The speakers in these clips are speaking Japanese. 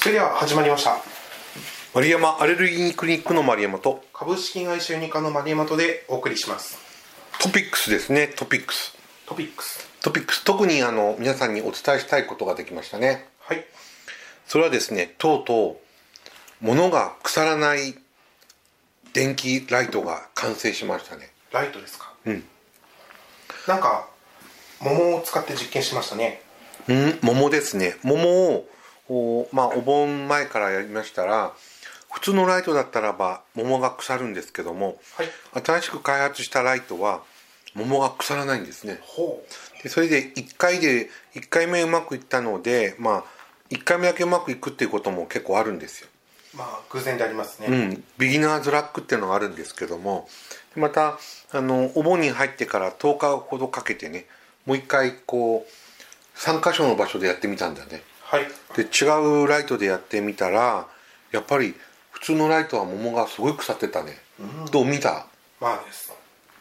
それでは始まりました。 丸山アレルギークリニックの丸山と株式会社ユニカの丸山とでお送りします。 トピックスですね。トピックス。特に皆さんにお伝えしたいことができましたね。 はい。 それはですね、とうとう物が腐らない電気ライトが完成しましたね。 ライトですか。 うん。 なんか桃を使って実験しましたね。 桃ですね。桃をお盆前からやりましたら、普通のライトだったらば桃が腐るんですけども、 はい、 新しく開発したライトは桃が腐らないんですね。 ほでそれで1回目うまくいったので、1回目だけうまくいくっていうことも結構あるんですよ。 偶然でありますね。 ビギナーズラックっていうのがあるんですけども、またお盆に入ってから10日ほどかけてね、もう1回3箇所の場所でやってみたんだね。 はい。 で違うライトでやってみたら、やっぱり普通のライトは桃がすごい腐ってたね。どう見た？ です。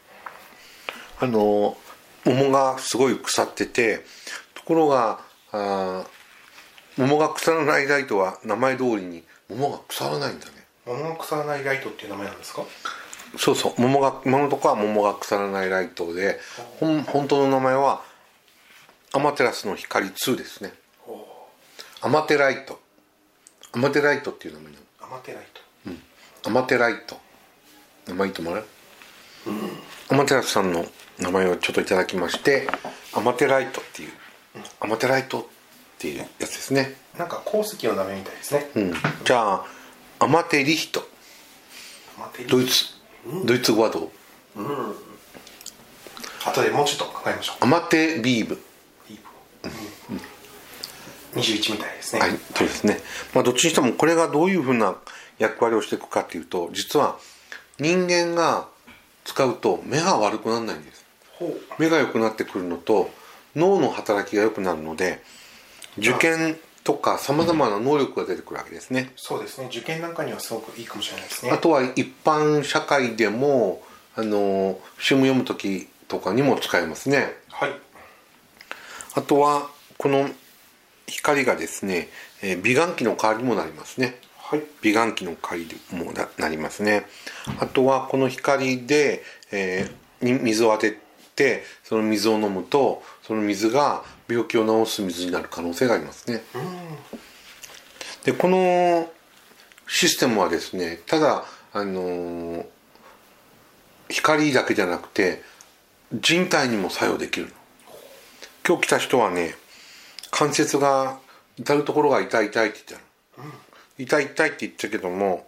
桃がすごい腐ってて、ところが桃が腐らないライトは名前通りに桃が腐らないんだね。 桃が腐らないライトっていう名前なんですか？ そうそう、今のところは桃が腐らないライトで、本当の名前はアマテラスの光2ですね。アマテライトっていう名前なの。 アマテライト。 アマテライト。名前いいと思うね。アマテラスさんの名前をちょっといただきまして、アマテライトっていう、アマテライトっていうやつですね。 なんか鉱石の名前みたいですね。 じゃあアマテリヒト。ドイツ語はどう？ 後でもうちょっと考えましょう。 アマテビーブ。 21みたいですね。 はい、そうですね。どっちにしてもこれがどういうふうな役割をしていくかっていうと、実は人間が使うと目が悪くならないんです。目が良くなってくるのと脳の働きが良くなるので、受験とかさまざまな能力が出てくるわけですね。 そうですね。受験なんかにはすごくいいかもしれないですね。 あとは一般社会でも詩も読む時とかにも使えますね。 はい。 あとはこの光がですね、美顔器の代わりにもなりますね。 はい。 美顔器の代わりにもなりますね。あとはこの光で、水を当てて、その水を飲むとその水が病気を治す水になる可能性がありますね。でこのシステムはですね、ただ光だけじゃなくて人体にも作用できる。今日来た人はね、関節が至る所が痛い痛いって言ってたの。痛い痛いって言ってたけども、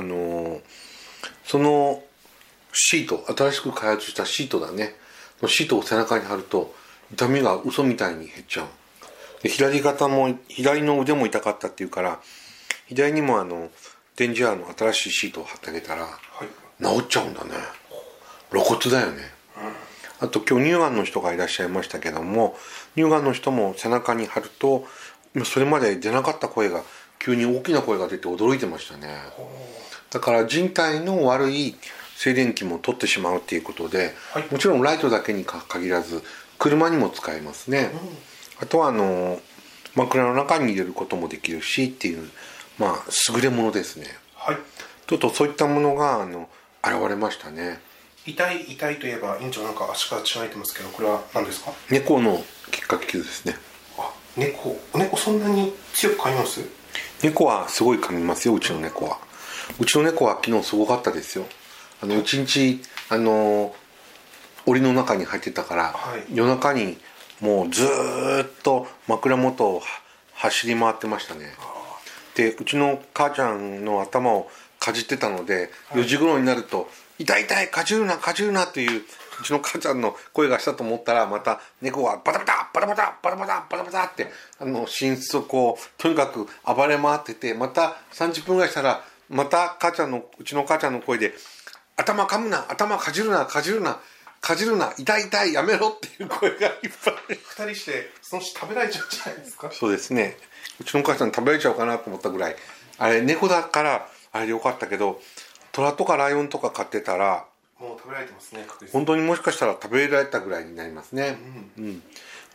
そのシート、新しく開発したシートだね、シートを背中に貼ると痛みが嘘みたいに減っちゃう。で左の腕も痛かったっていうから、左にもデンジャーの新しいシートを貼ってあげたら、治っちゃうんだね。露骨だよね。あと今日乳がんの人がいらっしゃいましたけども、乳がんの人も背中に貼ると、それまで出なかった声が急に大きな声が出て驚いてましたね。だから人体の悪い静電気も取ってしまうっていうことで、もちろんライトだけに限らず車にも使えますね。あとは枕の中に入れることもできるしっていう、優れものですね。 はい。 ちょっとそういったものが現れましたね。 痛いといえば院長、なんか足から血が出てますけど、これは何ですか？ 猫の結核傷ですね。 猫そんなに強く噛みます？ 猫はすごい噛みますよ。うちの猫は昨日すごかったですよ。一日檻の中に入ってたから、夜中にもうずーっと枕元を走り回ってましたね。でうちの母ちゃんの頭をかじってたので、4時頃になると痛い痛い、かじるなっていううちの母ちゃんの声がしたと思ったら、また猫がバタバタバタバタバタバタバタバタって寝室をとにかく暴れ回ってて、また30分ぐらいしたらまたうちの母ちゃんの声で、頭噛むな、頭かじるな、痛い痛い、やめろっていう声がいっぱい。 2人してその食べられちゃうんじゃないですか？ そうですね。うちの母ちゃん食べられちゃうかなと思ったぐらい。あれ猫だからあれでよかったけど、虎とかライオンとか飼ってたらもう食べられてますね。 本当にもしかしたら食べられたぐらいになりますね。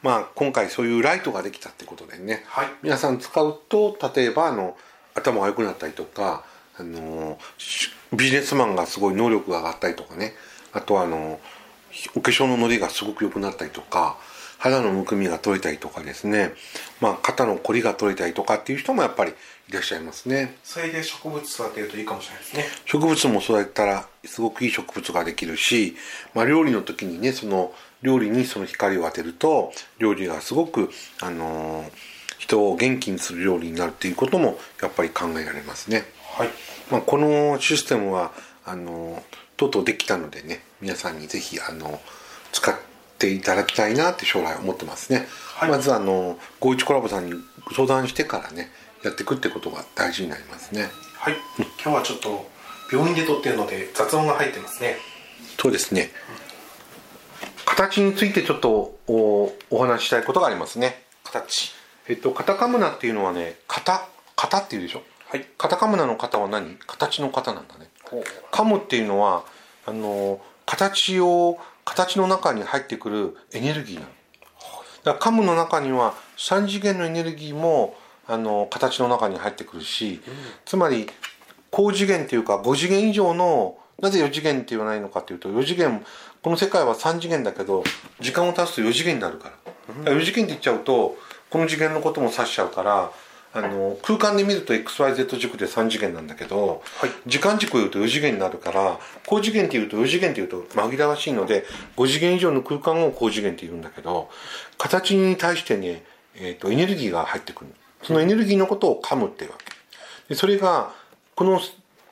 今回そういうライトができたってことでね、 はい、 皆さん使うと例えば頭が良くなったりとか、ビジネスマンがすごい能力が上がったりとかね、あとはお化粧のノリがすごく良くなったりとか、肌のむくみが取れたりとかですね、肩のこりが取れたりとかっていう人もやっぱりいらっしゃいますね。 それで植物育てるといいかもしれないですね。 植物も育てたらすごくいい植物ができるし、料理の時にね、その料理にその光を当てると料理がすごく人を元気にする料理になるっていうこともやっぱり考えられますね。 はい。 このシステムはとうとうできたのでね、皆さんにぜひ使っていただきたいなって将来思ってますね。 はい、 まず51コラボさんに相談してからねやっていくってことが大事になりますね。 はい、今日はちょっと病院で撮ってるので雑音が入ってますね。 そうですね、形についてちょっとお話ししたいことがありますね。 形、 カタカムナっていうのはね、型っていうでしょ。 はい。 カタカムナの型は何？形の型なんだね。カムっていうのは形の中に入ってくるエネルギーなの。だからカムの中には3次元のエネルギーも形の中に入ってくるし、つまり高次元っていうか5次元以上の、なぜ4次元って言わないのかというと、4次元、この世界は3次元だけど時間を経つと4次元になるから、4次元って言っちゃうとこの次元のことも指しちゃうから、空間で見ると XYZ 軸で3次元なんだけど、 はい、 時間軸を言うと4次元になるから、高次元って言うと4次元って言うと紛らわしいので5次元以上の空間を高次元って言うんだけど、形に対してね、エネルギーが入ってくる。そのエネルギーのことをカムっていうわけで、それがこの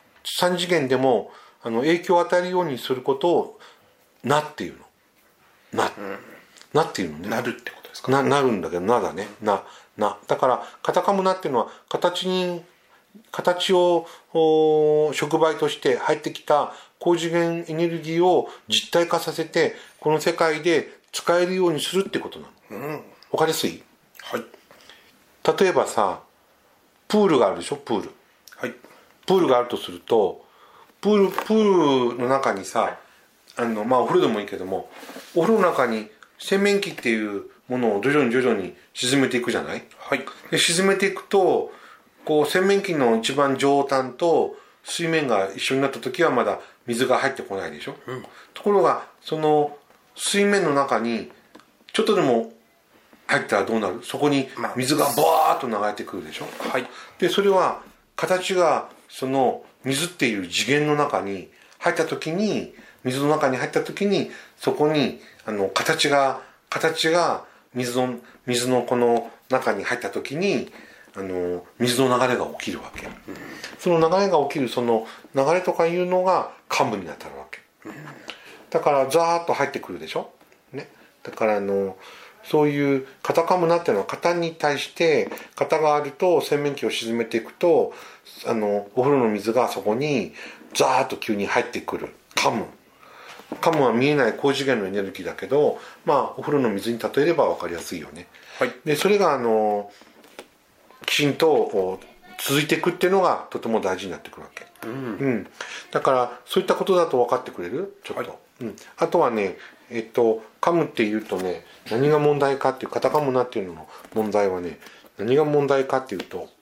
3次元でも影響を与えるようにすることをなっていうの。なっていうのね。 なるってことですか。 なるんだけど、なだね。な。だからカタカムナっていうのは形を触媒として入ってきた高次元エネルギーを実体化させてこの世界で使えるようにするってことなの。わかりやすい？ はい。 例えばさ、プールがあるでしょ。プール。 はい。 プールがあるとすると、プールの中にさ、お風呂でもいいけども、お風呂の中に洗面器っていうものを徐々に沈めていくじゃない？ はい。 で沈めていくと、こう洗面器の一番上端と水面が一緒になった時はまだ水が入ってこないでしょ。ところがその水面の中にちょっとでも入ったらどうなる？そこに水がバーッと流れてくるでしょ。 はい。 でそれは形がその水っていう次元の中に入った時に、水の中に入った時にそこに形が水のこの中に入った時に水の流れが起きるわけ。その流れが起きる、その流れとかいうのがカムに当たるわけ。だからザーッと入ってくるでしょ。ね。だからそういう型カムナっていうのは型に対して型があると洗面器を沈めていくとお風呂の水がそこにザーッと急に入ってくるカムは見えない高次元のエネルギーだけど、お風呂の水に例えれば分かりやすいよね。 はい。 でそれがきちんと続いていくっていうのがとても大事になってくるわけ。だからそういったことだと分かってくれる？ちょっと。はい。あとはね、カムっていうとね、何が問題かっていう、カタカムナっていうのの問題はね、何が問題かっていうと、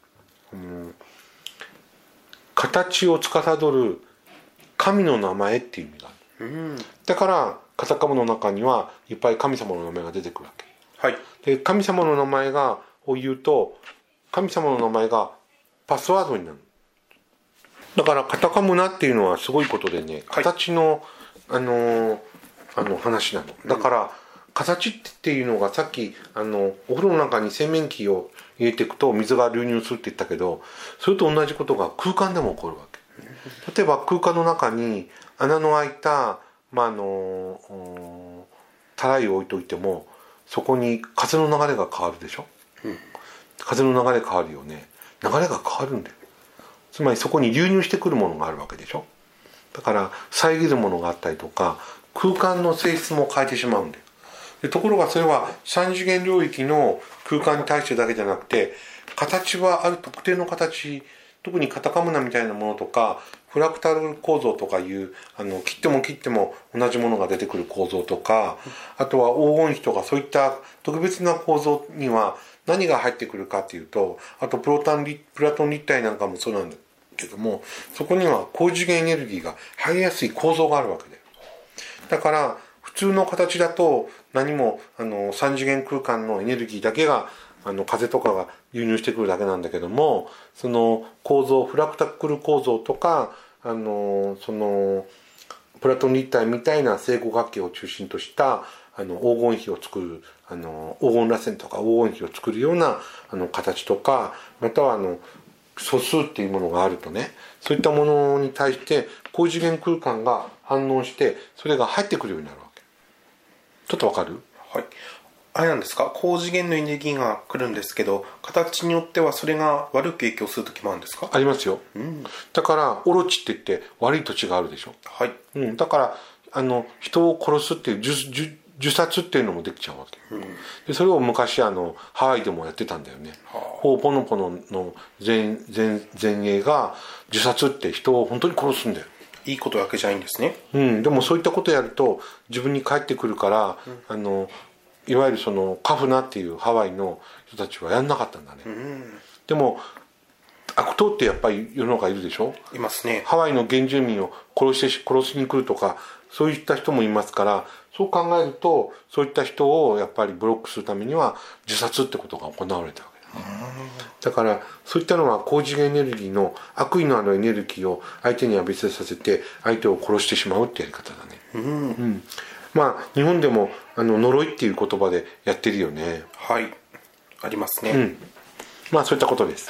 形を司る神の名前っていう意味がある。だからカタカムの中にはいっぱい神様の名前が出てくるわけ。 はい。 で神様の名前を言うと、神様の名前がパスワードになる。だからカタカムナっていうのはすごいことでね、形の、話なの。だから形っていうのがさっきお風呂の中に洗面器を入れていくと水が流入するって言ったけど、それと同じことが空間でも起こるわけ。例えば空間の中に穴の開いたたらいを置いといても、そこに風の流れが変わるでしょ。風の流れ変わるよね。流れが変わるんだよ。つまりそこに流入してくるものがあるわけでしょ。だから遮るものがあったりとか、空間の性質も変えてしまうんだよ。でところがそれは3次元領域の空間に対してだけじゃなくて、形はある特定の形特にカタカムナみたいなものとかフラクタル構造とかいう切っても切っても同じものが出てくる構造とか、あとは黄金比とかそういった特別な構造には何が入ってくるかっていうと、あとプラトン立体なんかもそうなんだけども、そこには高次元エネルギーが入りやすい構造があるわけだよ。だから普通の形だと何も3次元空間のエネルギーだけが風とかが流入してくるだけなんだけども、その構造フラクタクル構造とかそのプラトン立体みたいな正五角形を中心とした黄金比を作る黄金螺旋とか黄金比を作るような形とか、または素数っていうものがあるとね、そういったものに対して高次元空間が反応してそれが入ってくるようになるわけ。ちょっとわかる？ はい。あれなんですか、高次元のエネルギーが来るんですけど、形によってはそれが悪く影響する時もあるんですか？ ありますよ、だからオロチって言って悪い土地があるでしょ。 はい。 だから人を殺すっていう自殺っていうのもできちゃうわけ、でそれを昔ハワイでもやってたんだよね。ホーポノポノの前衛が自殺って人を本当に殺すんだよ。 いいことだけじゃないんですね。 でもそういったことやると自分に返ってくるから、いわゆるそのカフナっていうハワイの人たちはやんなかったんだね、でも悪党ってやっぱり世の中いるでしょ。 いますね。 ハワイの原住民を殺しに来るとかそういった人もいますから、そう考えるとそういった人をやっぱりブロックするためには自殺ってことが行われたわけだね。だからそういったのは高次元エネルギーの悪意のあるエネルギーを相手に浴びせさせて相手を殺してしまうってやり方だね。まあ日本でも呪いっていう言葉でやってるよね。 はい、ありますね。 まあそういったことです。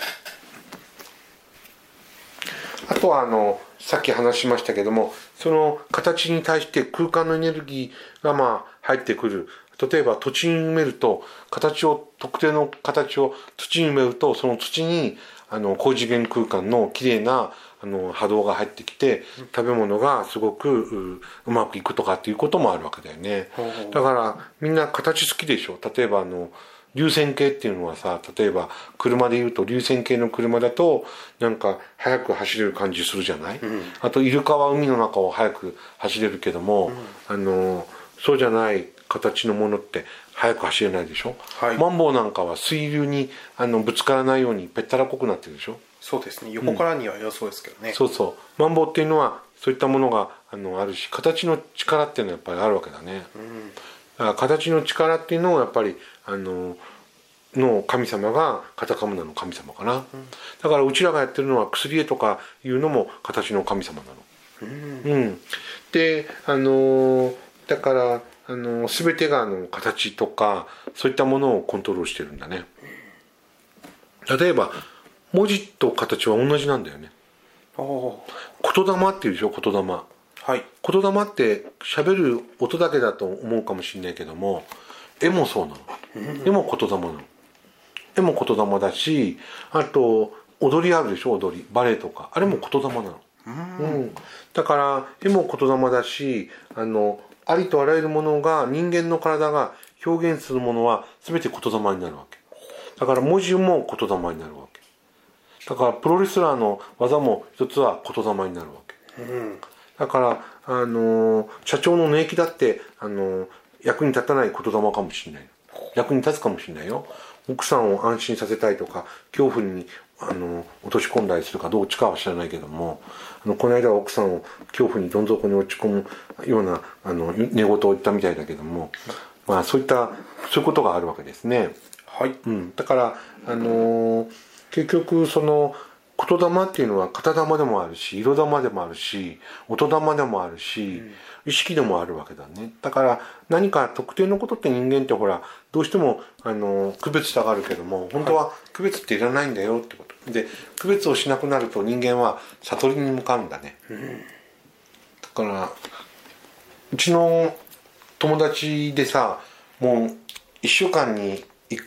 あとはさっき話しましたけども、その形に対して空間のエネルギーがまあ入ってくる。例えば土地に埋めると特定の形を土に埋めると、その土に高次元空間のきれいな波動が入ってきて食べ物がすごくうまくいくとかっていうこともあるわけだよね。だからみんな形好きでしょ。例えば流線形っていうのはさ、例えば車でいうと流線形の車だとなんか速く走れる感じするじゃない、あとイルカは海の中を速く走れるけども、そうじゃない形のものって速く走れないでしょ、マンボウなんかは水流にぶつからないようにぺったらこくなってるでしょ。 そうですね、横からには良そうですけどね。 そうそう、マンボウっていうのはそういったものがあるし、形の力っていうのはやっぱりあるわけだね。だから形の力っていうのをやっぱりの神様がカタカムナの神様かな、だからうちらがやってるのは薬絵とかいうのも形の神様なの。でだから全てが形とかそういったものをコントロールしてるんだね。例えば文字と形は同じなんだよね。言霊っていうでしょ、言霊。はい、言霊って喋る音だけだと思うかもしれないけども、絵もそうなの。絵も言霊なの。絵も言霊だし、あと踊りあるでしょ、踊りバレエとか、あれも言霊なの。だから絵も言霊だし、ありとあらゆるものが人間の体が表現するものは全て言霊になるわけ。だから文字も言霊になるわけ。だからプロレスラーの技も一つは言霊になるわけ。だから社長の寝息だって役に立たない言霊かもしれない。役に立つかもしれないよ。奥さんを安心させたいとか恐怖に落とし込んだりするかどっちかは知らないけども、この間は奥さんを恐怖にどん底に落ち込むような寝言を言ったみたいだけども、まあそういうことがあるわけですね。はい。だから結局その言霊っていうのは型霊でもあるし、色霊でもあるし、音霊でもあるし、意識でもあるわけだね。だから何か特定のことって人間ってほらどうしても区別したがるけども、本当は区別っていらないんだよってことで、区別をしなくなると人間は悟りに向かうんだね。だからうちの友達でさ、もう1週間に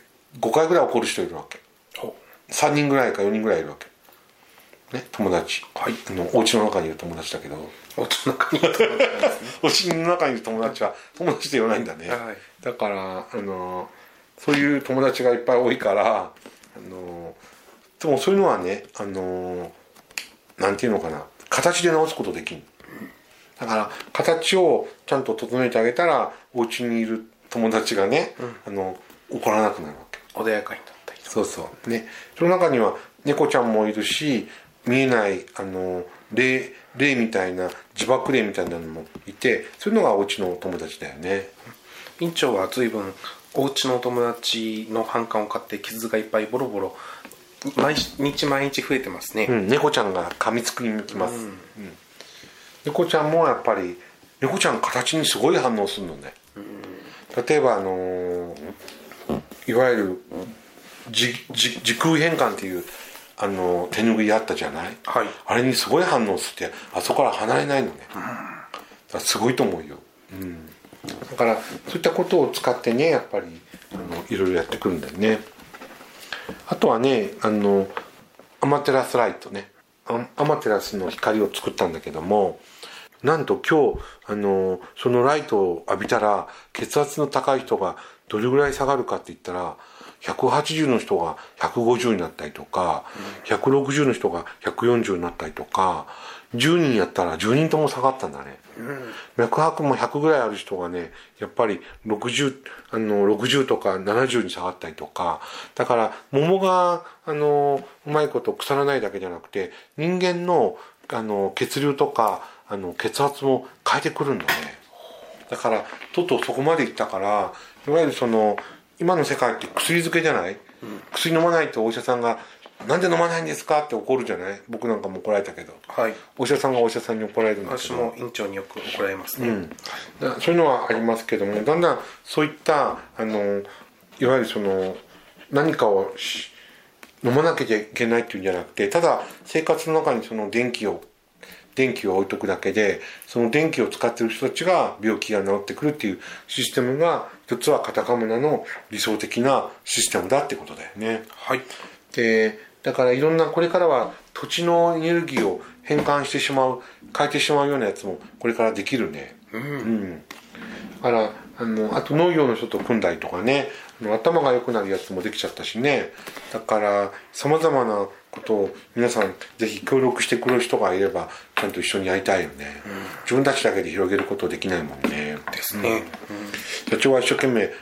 5回ぐらい怒る人いるわけ。3人ぐらいか4人ぐらいいるわけね、友達。はい。お家の中にいる友達だけど。 お家の中にいる友達なんですね。 お家の中にいる友達は友達ではないんだね。はい。だからそういう友達がいっぱい多いからでもそういうのはね、なんていうのかな、形で直すことできる。だから形をちゃんと整えてあげたら、お家にいる友達がね、怒らなくなるわけ。 穏やかになったりとか。 そうそうね。その中には猫ちゃんもいるし、見えない霊みたいな、自爆霊みたいなのもいて、そういうのがお家の友達だよね。 院長は随分お家のお友達の反感を買って傷がいっぱいボロボロ毎日増えてますね。 猫ちゃんが噛みつくにきます。猫ちゃんもやっぱり、猫ちゃん形にすごい反応するのね。例えばいわゆる時空変換っていう手拭いあったじゃない、 はい、 あれにすごい反応してあそこから離れないのね。だからすごいと思うよ。だからそういったことを使ってね、やっぱりいろいろやってくるんだよね。あとはね、アマテラスライトね、アマテラスの光を作ったんだけども、なんと今日そのライトを浴びたら血圧の高い人がどれぐらい下がるかって言ったら、180の人が150になったりとか、160の人が140になったりとか、10人やったら10人とも下がったんだね。脈拍も100ぐらいある人がね、やっぱり60とか70に下がったりとか、だから桃がうまいこと腐らないだけじゃなくて、人間の血流とか血圧も変えてくるんだね。だからとうとうそこまでいったから、いわゆる今の世界って薬漬けじゃない、薬飲まないとお医者さんがなんで飲まないんですかって怒るじゃない。僕なんかも怒られたけど、 はい、 お医者さんがお医者さんに怒られるんだけど、 私も院長によく怒られますね。 そういうのはありますけども、だんだんそういったいわゆる何かを飲まなきゃいけないっていうんじゃなくて、ただ生活の中に電気を置いとくだけで、その電気を使っている人たちが病気が治ってくるっていうシステムが、一つはカタカムナの理想的なシステムだってことだよね。 はい。 で、だからいろんな、これからは土地のエネルギーを変えてしまうようなやつもこれからできるね。だからあと農業の人と組んだりとかね、頭が良くなるやつもできちゃったしね。だから様々なことを皆さんぜひ協力してくれる人がいれば、ちゃんと一緒にやりたいよね。自分たちだけで広げることできないもんね。 ですね。 社長は一生懸命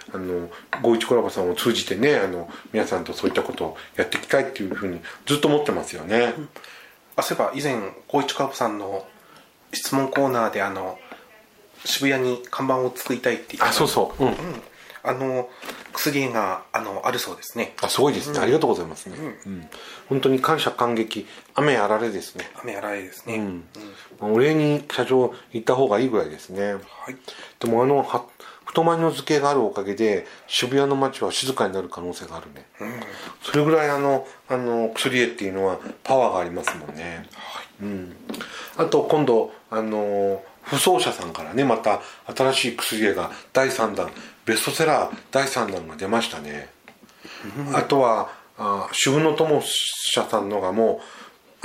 51コラボさんを通じてね、皆さんとそういったことをやっていきたいっていうふうにずっと思ってますよね。 そういえば以前51コラボさんの質問コーナーで渋谷に看板を作りたいって言って、 そうそう、 薬があるそうですね。 すごいですね、ありがとうございますね。本当に感謝感激、雨あられですね。 雨あられですね。 お礼に社長行った方がいいぐらいですね。でも太巻きの漬けがあるおかげで渋谷の街は静かになる可能性があるね。それぐらい薬絵っていうのはパワーがありますもんね。あと今度不走者さんからね、また新しい薬絵が第3弾、ベストセラー第3弾が出ましたね。あとは主婦の友社さんのがもう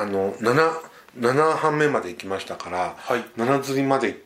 7版目まで行きましたから、7釣りまで行って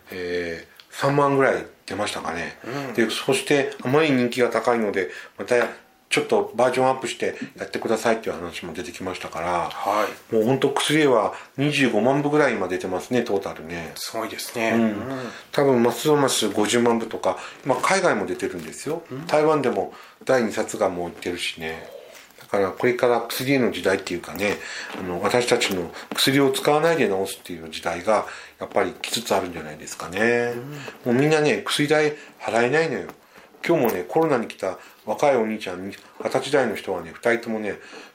、3万ぐらい出ましたかね。でそしてあまり人気が高いので、またちょっとバージョンアップしてやってくださいっていう話も出てきましたから、もう本当薬絵は25万部ぐらい今出てますね、トータルね。 すごいですね。 多分ますます50万部とか、海外も出てるんですよ。台湾でも第2冊がもういってるしね。だからこれから薬への時代っていうかね、私たちの薬を使わないで治すっていう時代がやっぱり来つつあるんじゃないですかね。もうみんなね、薬代払えないのよ。今日もね、コロナに来た若いお兄ちゃんに20歳代の人はね、2人ともね、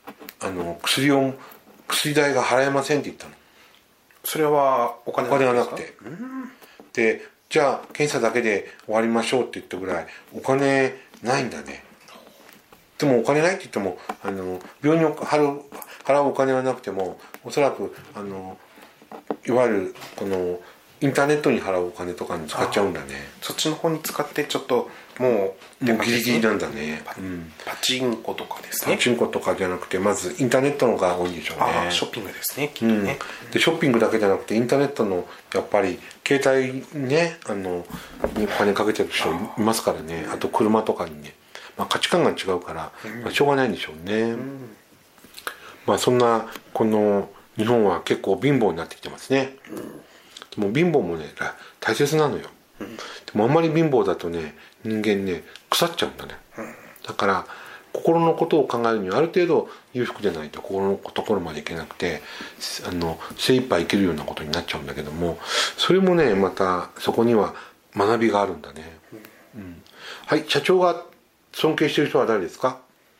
薬代が払えませんって言ったの。 それはお金がなくて、で、じゃあ検査だけで終わりましょうって言ったぐらいお金ないんだね。でもお金ないって言っても病院に払うお金はなくても、おそらくいわゆるこのインターネットに払うお金とかに使っちゃうんだね。 そっちの方に使ってちょっともうギリギリなんだね。 パチンコとかですね。 パチンコとかじゃなくて、まずインターネットのが多いでしょうね。 ショッピングですね、きっとね。 でショッピングだけじゃなくてインターネットのやっぱり携帯ね、にお金かけてる人いますからね。あと車とかにね、価値観が違うから、しょうがないんでしょうね。 まあそんなこの日本は結構貧乏になってきてますね。でも貧乏もね大切なのよ。でもあんまり貧乏だとね人間ね腐っちゃうんだね。だから心のことを考えるにはある程度裕福でないと心のところまでいけなくて精一杯生きるようなことになっちゃうんだけども、それもねまたそこには学びがあるんだね。はい、社長が尊敬している人は誰ですか？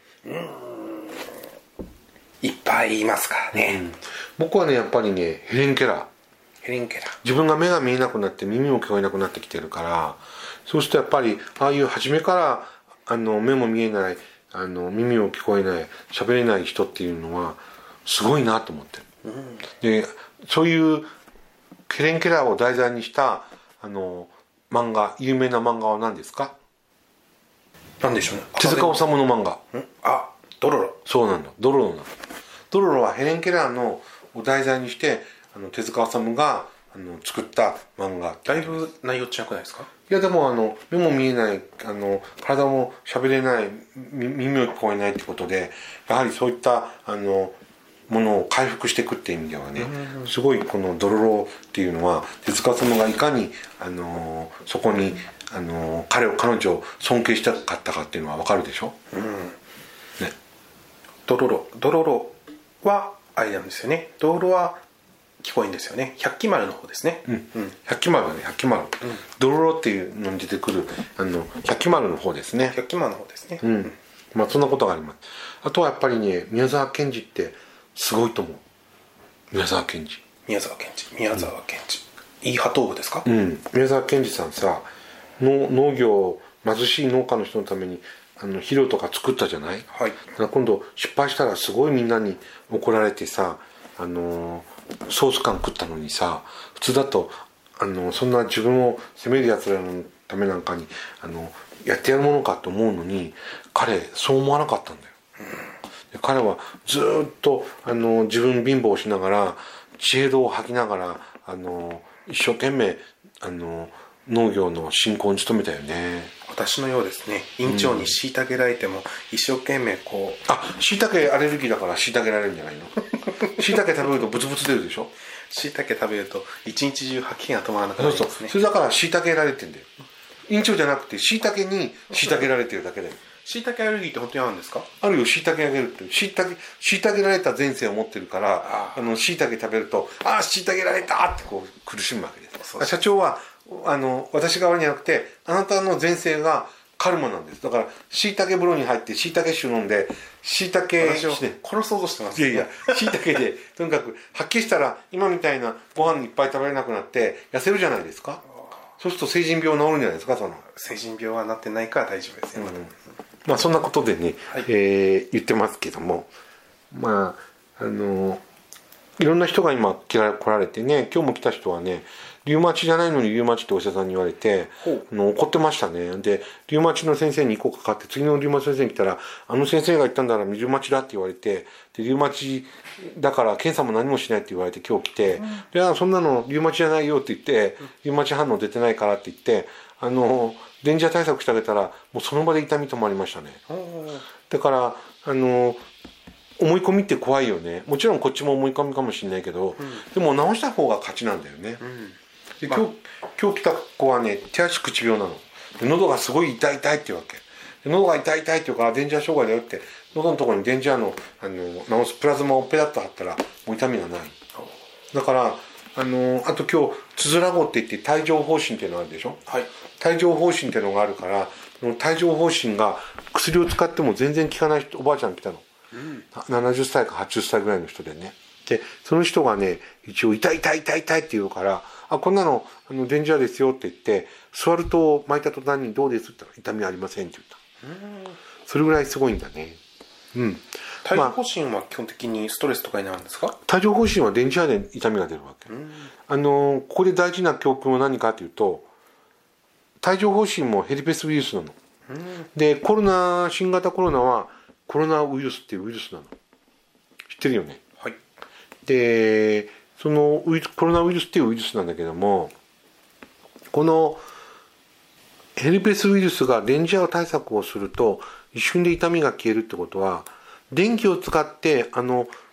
いっぱいいますからね。 僕はねやっぱりねヘレン・ケラー。 ヘレン・ケラー。 自分が目が見えなくなって耳も聞こえなくなってきてるから、そうするとやっぱりああいう初めから目も見えない耳も聞こえない喋れない人っていうのはすごいなと思ってる。でそういうヘレン・ケラーを題材にした漫画、有名な漫画は何ですか？ なんでしょうね。 手塚治虫の漫画。 あ、ドロロ。 そうなんだ、ドロロなの。ドロロはヘレン・ケラーのを題材にして手塚治虫が作った漫画。 だいぶ内容違くないですか？ いやでも目も見えない体も喋れない耳も聞こえないってことで、やはりそういったものを回復していくっていう意味ではね、すごいこのドロロっていうのは手塚治虫がいかにそこに彼女を尊敬したかったかっていうのは分かるでしょ。ね、 ドロロはあれなんですよね。ドロロは聞こえんですよね。百鬼丸の方ですね。 百鬼丸だね、百鬼丸。ドロロっていうのに出てくる百鬼丸の方ですね。 百鬼丸の方ですね。 まあそんなことがあります。あとはやっぱりね宮沢賢治ってすごいと思う。宮沢賢治。いい鳩部ですか？ 宮沢賢治さんさ、農業貧しい農家の人のために肥料とか作ったじゃない。 はい。 だから今度失敗したらすごいみんなに怒られてさソース感食ったのにさ、普通だとそんな自分を責めるやつらのためなんかにやってやるものかと思うのに、彼そう思わなかったんだよ。彼はずっと自分貧乏しながら知恵度を吐きながら一生懸命農業の振興に努めたよね。 私のようですね。院長に虐げられても一生懸命こう椎茸アレルギーだから虐げられるんじゃないの？椎茸食べるとブツブツ出るでしょ。 椎茸食べると一日中吐きが止まらなくなりますね。 それだから虐げられてんだよ。院長じゃなくて椎茸に虐げられてるだけだよ。 椎茸アレルギーって本当にあるんですか？ あるよ、椎茸あげるって虐げられた前世を持ってるから椎茸食べると虐げられたってこう苦しむわけです。社長は私が悪いんじゃなくてあなたの前世がカルマなんです。だから椎茸風呂に入って椎茸酒飲んで椎茸私を殺そうとしてますね。 いや椎茸でとにかく発揮したら今みたいなご飯いっぱい食べれなくなって痩せるじゃないですか。そうすると成人病治るんじゃないですか。 成人病はなってないから大丈夫ですね。 まあそんなことでね、 はい言ってますけども、まあいろんな人が今来られてね、今日も来た人はね、リウマチじゃないのにリウマチってお医者さんに言われて怒ってましたね。でリウマチの先生に行こうかって次のリウマチの先生に来たら先生が言ったんだからリウマチだって言われて、でリウマチだから検査も何もしないって言われて今日来て、でそんなのリウマチじゃないよって言ってリウマチ反応出てないからって言って電磁波対策してあげたらもうその場で痛み止まりましたね。だから思い込みって怖いよね。もちろんこっちも思い込みかもしれないけど、でも治した方が勝ちなんだよね。で今日来た子はね手足口病なので、喉がすごい痛いって言うわけで、喉が痛いって言うから電磁波障害だよって喉のところに電磁波の治すプラズマをペラッと貼ったらもう痛みがない。だからあと今日つづら号って言って帯状疱疹っていうのがあるでしょ。 はい。 帯状疱疹っていうのがあるから、帯状疱疹が薬を使っても全然効かないおばあちゃん来たの。70歳か80歳ぐらいの人でね。でその人がね一応痛いって言うからこんなの電磁波ですよって言って座ると巻いた途端にどうですって言ったら痛みありませんって言った。それぐらいすごいんだね。 帯状疱疹は基本的にストレスとかになるんですか？ 帯状疱疹は電磁波で痛みが出るわけ。ここで大事な教訓は何かというと、帯状疱疹もヘルペスウイルスなの。で新型コロナはコロナウイルスっていうウイルスなの。知ってるよね。 はい。 でそのコロナウイルスっていうウイルスなんだけども、このヘルペスウイルスが電磁波対策をすると一瞬で痛みが消えるってことは、電気を使って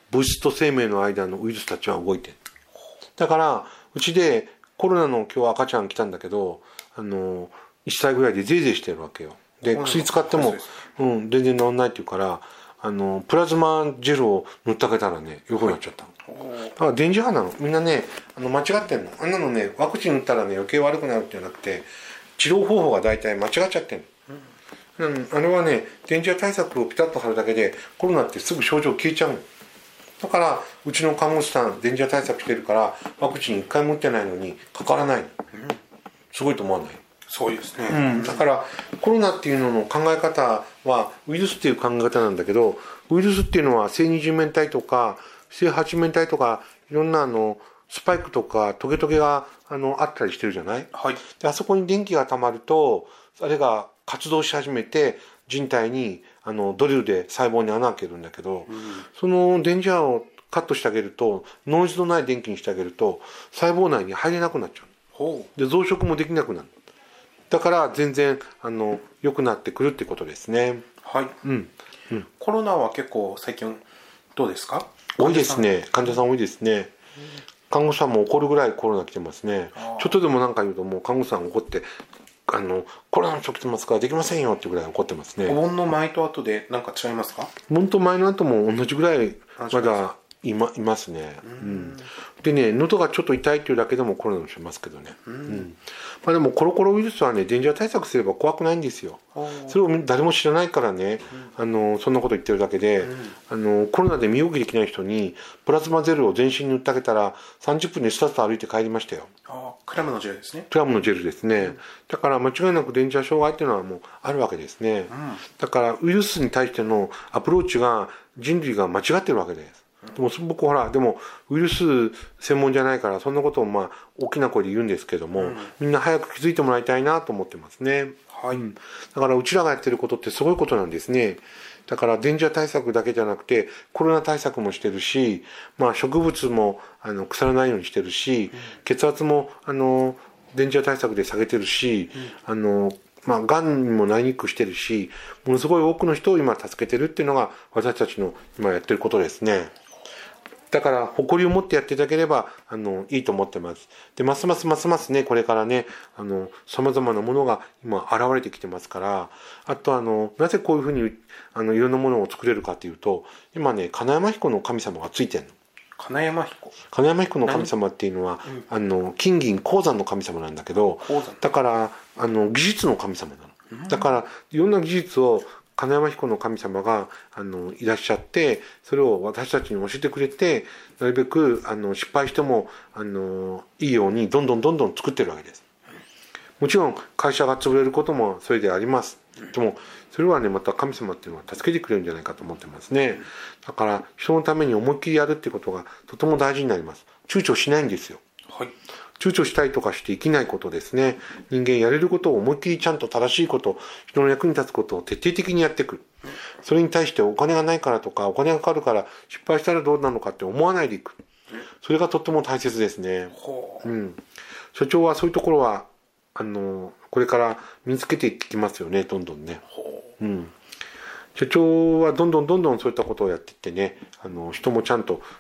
物質と生命の間のウイルスたちは動いてる。だからうちでコロナの今日赤ちゃん来たんだけど、1歳ぐらいでゼイゼイしてるわけよ。で薬使っても、全然治んないって言うから、プラズマジェルを塗ってあげたらね、良くなっちゃったの。だから電磁波なの。みんなね、間違ってんの。あんなのね、ワクチン打ったらね、余計悪くなるってじゃなくて、治療方法が大体間違っちゃってんの。あれはね、電磁波対策をピタッと貼るだけで、コロナってすぐ症状消えちゃうの。だから、うちの看護師さん、電磁波対策してるから、ワクチン1回も打ってないのに、かからないの。すごいと思わない？ そうですね。 だからコロナっていうのの考え方はウイルスっていう考え方なんだけど、ウイルスっていうのは正二十面体とか正八面体とかいろんなスパイクとかトゲトゲがあったりしてるじゃない？ はい。 であそこに電気が溜まるとあれが活動し始めて人体にドリルで細胞に穴開けるんだけど、その電磁波をカットしてあげるとノイズのない電気にしてあげると細胞内に入れなくなっちゃう。で増殖もできなくなる。だから全然良くなってくるってことですね。 はい。コロナは結構最近どうですか？ 多いですね。患者さん多いですね。看護師さんも怒るぐらいコロナ来てますね。ちょっとでも何か言うともう看護師さん怒ってコロナの人来てますからできませんよってぐらい怒ってますね。 お盆の前と後で何か違いますか？ お盆と前の後も同じぐらいまだいますね。でね、喉がちょっと痛いっていうだけでもコロナの人いますけどね。まあでもコロコロウイルスはね、電磁波対策すれば怖くないんですよ。それを誰も知らないからね、そんなこと言ってるだけで、コロナで身動きできない人にプラズマゼルを全身に塗ってあげたら30分でスタスタ歩いて帰りましたよ。 クラムのジェルですね。 クラムのジェルですね。だから間違いなく電磁波障害っていうのはもうあるわけですね。だからウイルスに対してのアプローチが人類が間違ってるわけです。でも僕でもウイルス専門じゃないからそんなことを大きな声で言うんですけども、みんな早く気づいてもらいたいなと思ってますね。だからうちらがやってることってすごいことなんですね。だから電磁波対策だけじゃなくてコロナ対策もしてるし、植物も腐らないようにしてるし、血圧も電磁波対策で下げてるし、がんにもなりにくくしてるし、ものすごい多くの人を今助けてるっていうのが私たちの今やってることですね。だから誇りを持ってやっていただければいいと思ってます。でますますねこれからねさまざまなものが今現れてきてますから、あとなぜこういうふうにいろんなものを作れるかというと、今ね金山彦の神様がついてるの。 金山彦の神様っていうのは金銀鉱山の神様なんだけど、だから技術の神様なの。だからいろんな技術を金山彦の神様がいらっしゃって、それを私たちに教えてくれて、なるべく失敗してもいいようにどんどん作ってるわけです。もちろん会社が潰れることもそれであります。でもそれはねまた神様っていうのは助けてくれるんじゃないかと思ってますね。だから人のために思いっきりやるってことがとても大事になります。躊躇しないんですよ。躊躇したりとかして生きないことですね。人間やれることを思いっきりちゃんと正しいこと、人の役に立つことを徹底的にやっていく。それに対してお金がないからとかお金がかかるから失敗したらどうなのかって思わないでいく。それがとっても大切ですね。所長はそういうところはこれから身につけていきますよね、どんどんね。所長はどんどんそういったことをやっていってね、人もちゃんと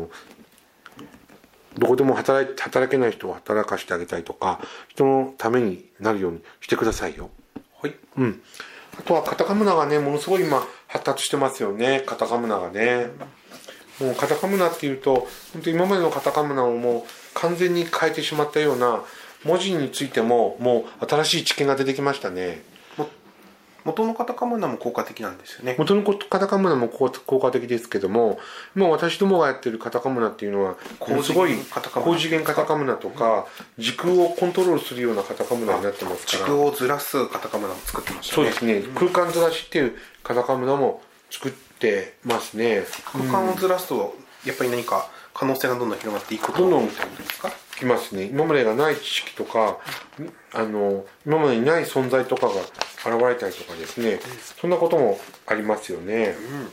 どこでも働けない人を働かせてあげたいとか、人のためになるようにしてくださいよ。あとはカタカムナがねものすごい今発達してますよね。カタカムナがね、もうカタカムナっていうと本当今までのカタカムナをもう完全に変えてしまったような、文字についてももう新しい知見が出てきましたね。 元のカタカムナも効果的なんですよね。 元のカタカムナも効果的ですけども、今私どもがやってるカタカムナっていうのはすごい高次元カタカムナとか時空をコントロールするようなカタカムナになってますから、 時空をずらすカタカムナも作ってましたね。 そうですね、空間ずらしっていうカタカムナも作ってますね。 空間をずらすとやっぱり何か可能性がどんどん広がっていくことみたいなんですか？ きますね。今までがない知識とか今までにない存在とかが現れたりとかですね、そんなこともありますよね。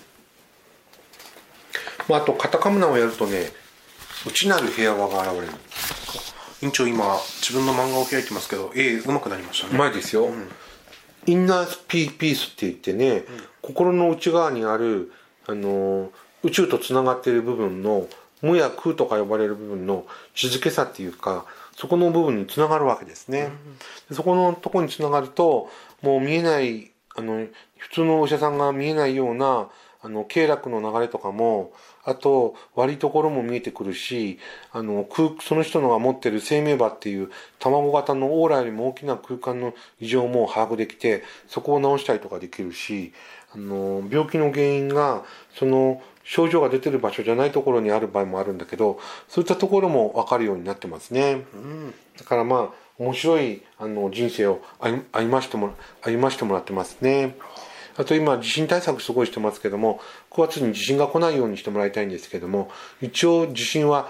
あとカタカムナをやるとね、内なる平和が現れる。 院長今自分の漫画を開いてますけどうまくなりましたね。 うまいですよ。インナーピースって言ってね、心の内側にある宇宙とつながっている部分の無や空とか呼ばれる部分の静けさっていうか、そこの部分につながるわけですね。でそこのところにつながると、もう見えない普通のお医者さんが見えないような経絡の流れとかも、あと割り所も見えてくるし、その人のが持ってる生命場っていう卵型のオーラよりも大きな空間の異常も把握できて、そこを治したりとかできるし、病気の原因がその症状が出てる場所じゃないところにある場合もあるんだけど、そういったところも分かるようになってますね。だからまあ面白い人生を歩ましてもらってますね。あと今地震対策すごいしてますけども、9月に地震が来ないようにしてもらいたいんですけども、一応地震は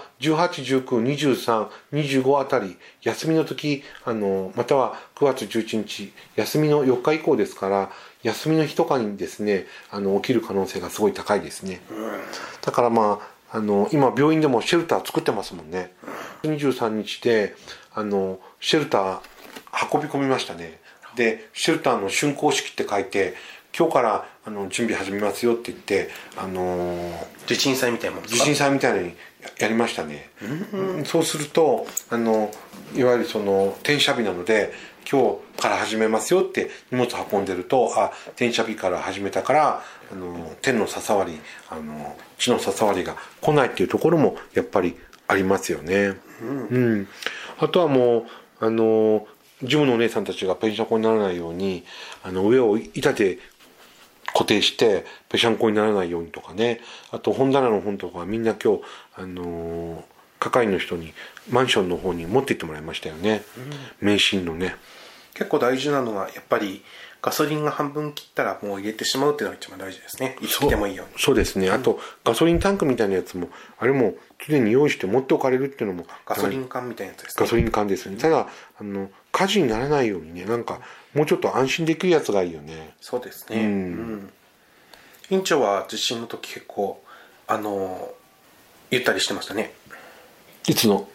18、19、23、25あたり休みの時、または9月11日休みの4日以降ですから、休みの日とかにですね起きる可能性がすごい高いですね。だからまあ今病院でもシェルター作ってますもんね。23日でシェルター運び込みましたね。でシェルターの竣工式って書いて、今日から準備始めますよって言って、 地震祭みたいなもんですか？ 地震祭みたいなのにやりましたね。そうするといわゆるその転写日なので、今日から始めますよって荷物運んでると、転写日から始めたから天のさわり地のさわりが来ないっていうところもやっぱりありますよね。あとはもう事務のお姉さんたちがぺしゃんこにならないように上を板で固定してぺしゃんこにならないようにとかね。あと本棚の本とかみんな今日係の人にマンションの方に持って行ってもらいましたよね。迷信のね。 結構大事なのはやっぱりガソリンが半分切ったらもう入れてしまうっていうのが一番大事ですね。生きてもいいように。 そうですね。あとガソリンタンクみたいなやつもあれも常に用意して持っておかれるっていうのも、 ガソリン缶みたいなやつですね。 ガソリン缶ですね。ただ火事にならないようにね、なんかもうちょっと安心できるやつがいいよね。 そうですね。院長は地震の時結構ゆったりしてましたね。 いつの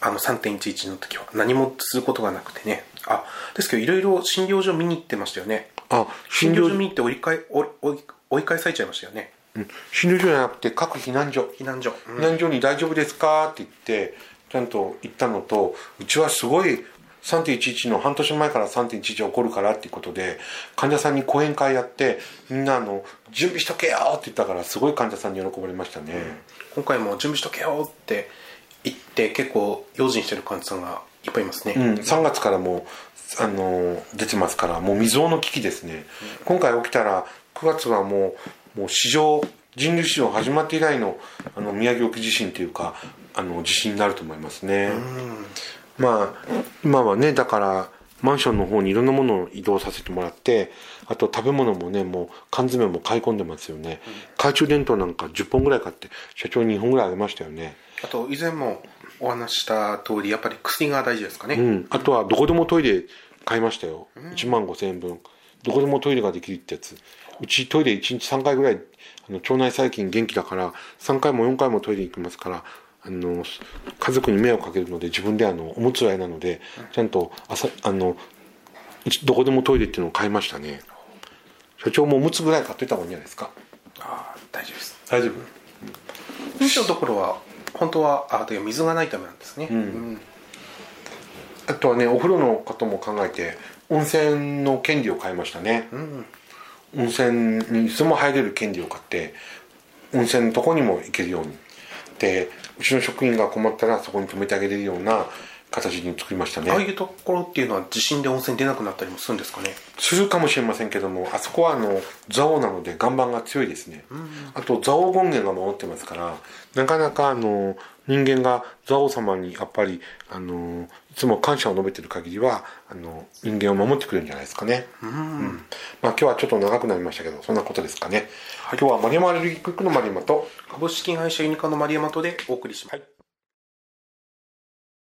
3.11 の時は何もすることがなくてね。ですけどいろいろ診療所見に行ってましたよね。診療所見に行って追い返されちゃいましたよね。 診療所じゃなくて各避難所に大丈夫ですかって言ってちゃんと言ったのと、うちはすごい3.11 の半年前から 3.11 起こるからっていうことで患者さんに講演会やって、みんな準備しとけよって言ったから、すごい患者さんに喜ばれましたね。 今回も準備しとけよって言って結構用心してる患者さんがいっぱいいますね。 3月からも出てますから、もう未曾有の危機ですね。今回起きたら9月はもう人類史上始まって以来の宮城沖地震というか地震になると思いますね。まあ今はね、だからマンションの方にいろんなものを移動させてもらって、あと食べ物もね、もう缶詰も買い込んでますよね。懐中電灯なんか10本ぐらい買って社長に2本ぐらいあげましたよね。 あと以前もお話した通りやっぱり薬が大事ですかね。 あとはどこでもトイレ買いましたよ。15,000円分どこでもトイレができるってやつ。うちトイレ1日3回ぐらい腸内細菌元気だから3回も4回もトイレ行きますから、家族に迷惑かけるので自分でおむつ替えなのでちゃんとどこでもトイレっていうのを買いましたね。社長もおむつぐらい買っといた方がいいんじゃないですか。 大丈夫です。 大丈夫。 院長のところは本当は水がないためなんですね。 あとはね、お風呂のことも考えて温泉の権利を買いましたね。温泉にいつも入れる権利を買って、温泉のとこにも行けるようにで、うちの職員が困ったらそこに泊めてあげれるような形に作りましたね。 ああいうところっていうのは地震で温泉出なくなったりもするんですかね。 するかもしれませんけども、あそこは蔵王なので岩盤が強いですね。あと蔵王権現が守ってますから、なかなか人間が蔵王様にやっぱりいつも感謝を述べてる限りは人間を守ってくれるんじゃないですかね。今日はちょっと長くなりましたけど、そんなことですかね。今日は丸山アレルギークリニックの丸山と株式会社ユニカの丸山とでお送りします。